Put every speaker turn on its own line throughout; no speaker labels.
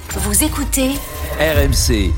Vous écoutez
RMC.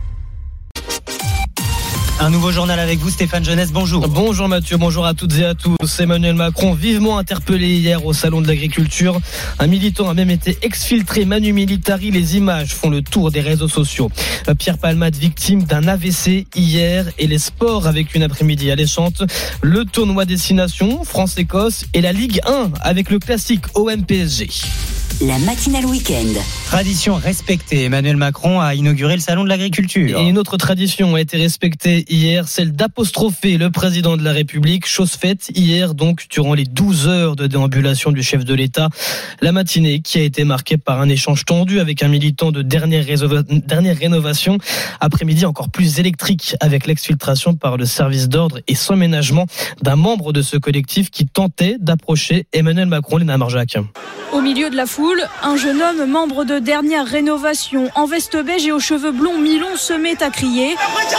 Un nouveau journal avec vous, Stéphane Jeunesse, bonjour.
Bonjour Mathieu, bonjour à toutes et à tous. Emmanuel Macron vivement interpellé hier au Salon de l'Agriculture. Un militant a même été exfiltré manu militari. Les images font le tour des réseaux sociaux. Pierre Palmade, victime d'un AVC hier, et les sports avec une après-midi alléchante. Le tournoi Destination, France-Écosse, et la Ligue 1 avec le classique OM-PSG.
La matinale week-end.
Tradition respectée, Emmanuel Macron a inauguré le Salon de l'Agriculture.
Et une autre tradition a été respectée hier, celle d'apostropher le président de la République. Chose faite hier, donc, durant les 12 heures de déambulation du chef de l'État. La matinée qui a été marquée par un échange tendu avec un militant de dernière rénovation. Après-midi encore plus électrique avec l'exfiltration par le service d'ordre et sans ménagement d'un membre de ce collectif qui tentait d'approcher Emmanuel Macron. Léna Marjac.
Au milieu de la foule, un jeune homme membre de dernière rénovation, en veste beige et aux cheveux blonds mi-longs, se met à crier.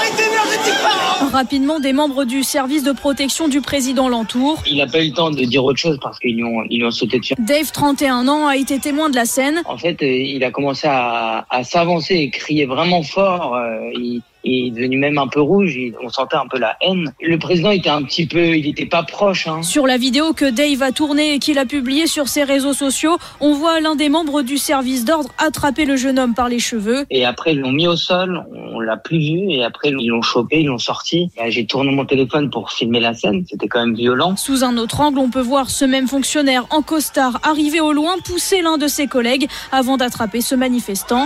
Rapidement, des membres du service de protection du président l'entourent.
Il n'a pas eu le temps de dire autre chose parce qu'ils lui ont sauté dessus.
Dave, 31 ans, a été témoin de la scène.
En fait, il a commencé à s'avancer et crier vraiment fort. Il est devenu même un peu rouge, on sentait un peu la haine. Le président il était pas proche.
Sur la vidéo que Dave a tournée et qu'il a publiée sur ses réseaux sociaux, on voit l'un des membres du service d'ordre attraper le jeune homme par les cheveux.
Et après, ils l'ont mis au sol, on l'a plus vu, et après, ils l'ont chopé, ils l'ont sorti. Et j'ai tourné mon téléphone pour filmer la scène, c'était quand même violent.
Sous un autre angle, on peut voir ce même fonctionnaire en costard arriver au loin, pousser l'un de ses collègues avant d'attraper ce manifestant.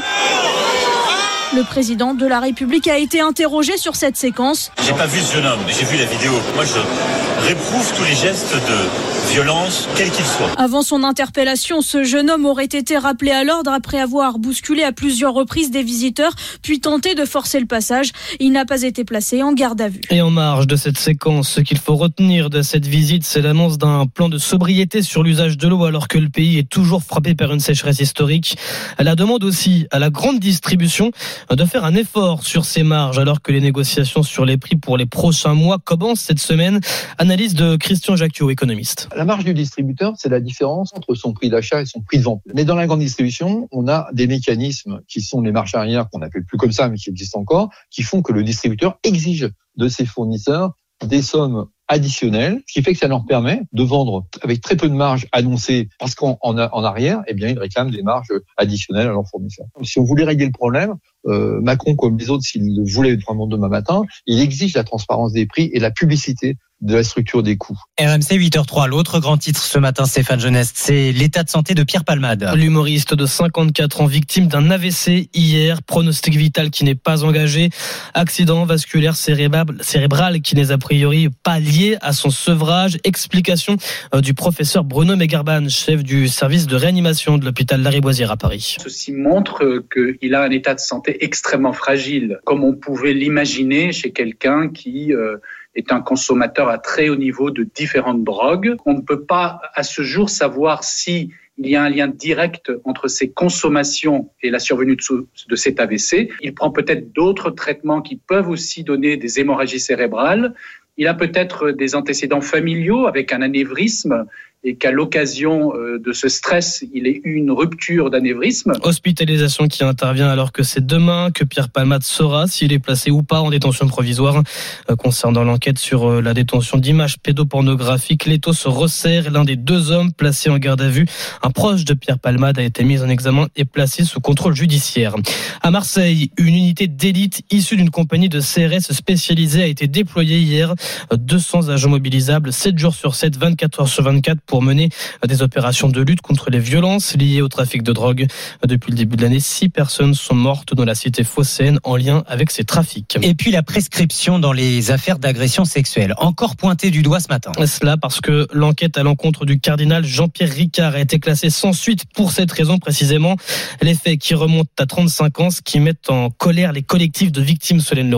Le président de la République a été interrogé sur cette séquence.
J'ai pas vu ce jeune homme, mais j'ai vu la vidéo. Moi, je réprouve tous les gestes de violence, quels qu'ils soient.
Avant son interpellation, ce jeune homme aurait été rappelé à l'ordre après avoir bousculé à plusieurs reprises des visiteurs, puis tenté de forcer le passage. Il n'a pas été placé en garde à vue.
Et en marge de cette séquence, ce qu'il faut retenir de cette visite, c'est l'annonce d'un plan de sobriété sur l'usage de l'eau alors que le pays est toujours frappé par une sécheresse historique. La demande aussi à la grande distribution de faire un effort sur ses marges alors que les négociations sur les prix pour les prochains mois commencent cette semaine. Analyse de Christian Jacquiot, économiste.
La marge du distributeur, c'est la différence entre son prix d'achat et son prix de vente. Mais dans la grande distribution, on a des mécanismes qui sont les marges arrière, qu'on n'appelle plus comme ça, mais qui existent encore, qui font que le distributeur exige de ses fournisseurs des sommes additionnelles, ce qui fait que ça leur permet de vendre avec très peu de marge annoncée, parce qu'en arrière, eh bien, ils réclament des marges additionnelles à leurs fournisseurs. Si on voulait régler le problème, Macron, comme les autres, s'il le voulait vraiment demain matin, il exige la transparence des prix et la publicité de la structure des coûts.
RMC 8h03, l'autre grand titre ce matin, Stéphane Jeunesse, c'est l'état de santé de Pierre Palmade.
L'humoriste de 54 ans, victime d'un AVC hier, pronostic vital qui n'est pas engagé, accident vasculaire cérébral qui n'est a priori pas lié à son sevrage. Explication du professeur Bruno Megarban, chef du service de réanimation de l'hôpital Lariboisière à Paris.
Ceci montre qu'il a un état de santé extrêmement fragile, comme on pouvait l'imaginer chez quelqu'un qui est un consommateur à très haut niveau de différentes drogues. On ne peut pas à ce jour savoir si il y a un lien direct entre ses consommations et la survenue de cet AVC. Il prend peut-être d'autres traitements qui peuvent aussi donner des hémorragies cérébrales. Il a peut-être des antécédents familiaux avec un anévrisme et qu'à l'occasion de ce stress, il ait eu une rupture d'anévrisme.
Hospitalisation qui intervient alors que c'est demain que Pierre Palmade saura s'il est placé ou pas en détention provisoire. Concernant l'enquête sur la détention d'images pédopornographiques, l'étau se resserre. L'un des deux hommes placés en garde à vue, un proche de Pierre Palmade, a été mis en examen et placé sous contrôle judiciaire. À Marseille, une unité d'élite issue d'une compagnie de CRS spécialisée a été déployée hier. 200 agents mobilisables 7 jours sur 7, 24 heures sur 24 pour mener des opérations de lutte contre les violences liées au trafic de drogue. Depuis le début de l'année, 6 personnes sont mortes dans la cité phocéenne en lien avec ces trafics.
Et puis la prescription dans les affaires d'agression sexuelle, encore pointée du doigt ce matin.
Cela parce que l'enquête à l'encontre du cardinal Jean-Pierre Ricard a été classée sans suite pour cette raison précisément. Les faits qui remontent à 35 ans, ce qui met en colère les collectifs de victimes, Solène Leroux.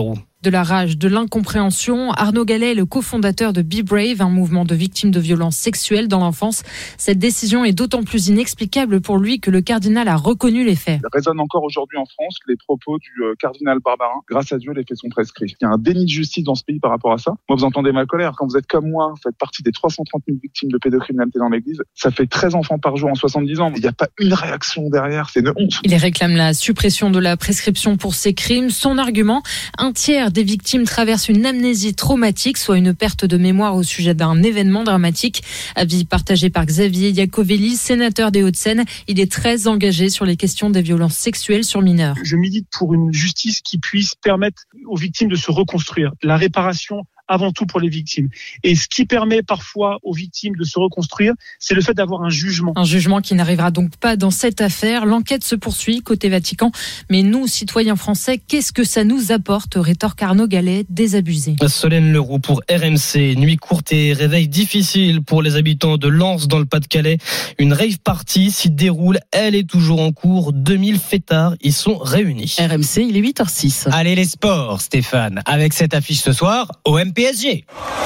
De la rage, de l'incompréhension, Arnaud Gallet est le cofondateur de Be Brave, un mouvement de victimes de violences sexuelles dans l'enfance. Cette décision est d'autant plus inexplicable pour lui que le cardinal a reconnu les faits.
Il résonne encore aujourd'hui en France les propos du cardinal Barbarin. Grâce à Dieu, les faits sont prescrits. Il y a un déni de justice dans ce pays par rapport à ça. Moi, vous entendez ma colère. Quand vous êtes comme moi, vous faites partie des 330 000 victimes de pédocriminalité dans l'église. Ça fait 13 enfants par jour en 70 ans. Il n'y a pas une réaction derrière. C'est une honte.
Il réclame la suppression de la prescription pour ces crimes. Son argument, un tiers des victimes traversent une amnésie traumatique, soit une perte de mémoire au sujet d'un événement dramatique. Avis partagé par Xavier Iacovelli, sénateur des Hauts-de-Seine. Il est très engagé sur les questions des violences sexuelles sur mineurs.
Je milite pour une justice qui puisse permettre aux victimes de se reconstruire. La réparation avant tout pour les victimes. Et ce qui permet parfois aux victimes de se reconstruire, c'est le fait d'avoir un jugement.
Un jugement qui n'arrivera donc pas dans cette affaire. L'enquête se poursuit côté Vatican. Mais nous, citoyens français, qu'est-ce que ça nous apporte ? Rétorque Arnaud Gallet, désabusé.
Solène Leroux pour RMC. Nuit courte et réveil difficile pour les habitants de Lens dans le Pas-de-Calais. Une rave party s'y déroule. Elle est toujours en cours. 2000 fêtards y sont réunis.
RMC, il est 8h06.
Allez les sports, Stéphane. Avec cette affiche ce soir, OM PSG.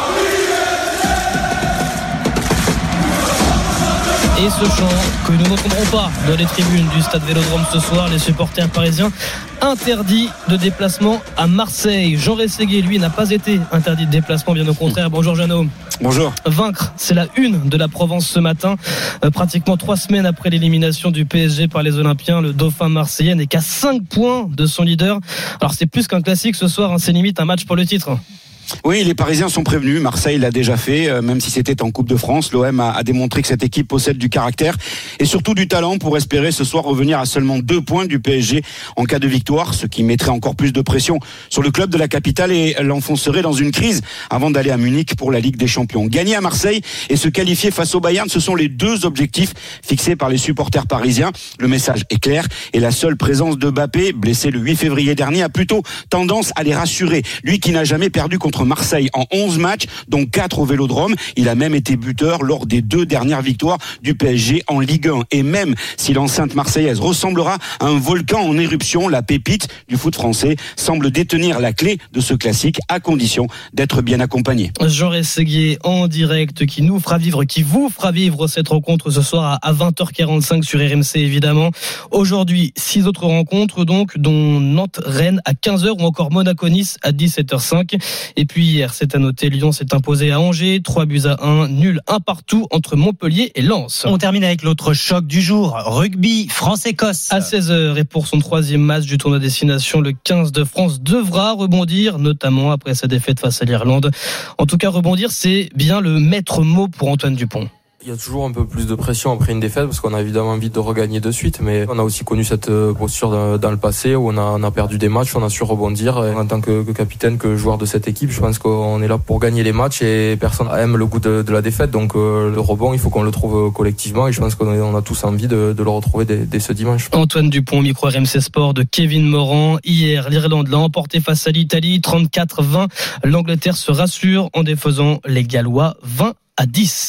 Et ce chant que nous n'entendrons pas dans les tribunes du stade Vélodrome ce soir, les supporters parisiens interdits de déplacement à Marseille. Jean Rességuier, lui, n'a pas été interdit de déplacement, bien au contraire. Bonjour Jeannot.
Bonjour.
Vaincre, c'est la une de la Provence ce matin. Pratiquement 3 semaines après l'élimination du PSG par les Olympiens, le dauphin marseillais n'est qu'à 5 points de son leader. Alors c'est plus qu'un classique ce soir, c'est limite un match pour le titre.
Oui, les Parisiens sont prévenus. Marseille l'a déjà fait, même si c'était en Coupe de France. L'OM a démontré que cette équipe possède du caractère et surtout du talent pour espérer ce soir revenir à seulement 2 points du PSG en cas de victoire, ce qui mettrait encore plus de pression sur le club de la capitale et l'enfoncerait dans une crise avant d'aller à Munich pour la Ligue des Champions. Gagner à Marseille et se qualifier face au Bayern, ce sont les 2 objectifs fixés par les supporters parisiens. Le message est clair et la seule présence de Mbappé, blessé le 8 février dernier, a plutôt tendance à les rassurer. Lui qui n'a jamais perdu contre Marseille en 11 matchs, dont 4 au Vélodrome. Il a même été buteur lors des 2 dernières victoires du PSG en Ligue 1. Et même si l'enceinte marseillaise ressemblera à un volcan en éruption, la pépite du foot français semble détenir la clé de ce classique à condition d'être bien accompagné.
Jean Rességuier en direct qui vous fera vivre cette rencontre ce soir à 20h45 sur RMC évidemment. Aujourd'hui, 6 autres rencontres donc, dont Nantes-Rennes à 15h ou encore Monaco-Nice à 17h05. Et puis hier, c'est à noter, Lyon s'est imposé à Angers, 3-1, nul 1 partout entre Montpellier et Lens.
On termine avec l'autre choc du jour, rugby, France-Écosse.
À 16h et pour son 3e match du tournoi destination, le 15 de France devra rebondir, notamment après sa défaite face à l'Irlande. En tout cas, rebondir, c'est bien le maître mot pour Antoine Dupont.
Il y a toujours un peu plus de pression après une défaite parce qu'on a évidemment envie de regagner de suite, mais on a aussi connu cette posture dans le passé où on a perdu des matchs, on a su rebondir. En tant que capitaine, que joueur de cette équipe, je pense qu'on est là pour gagner les matchs et personne aime le goût de la défaite, donc le rebond, il faut qu'on le trouve collectivement et je pense qu'on a tous envie de le retrouver dès ce dimanche.
Antoine Dupont, micro RMC Sport de Kevin Morand. Hier, l'Irlande l'a emporté face à l'Italie, 34-20. L'Angleterre se rassure en défaisant les Gallois 20-10.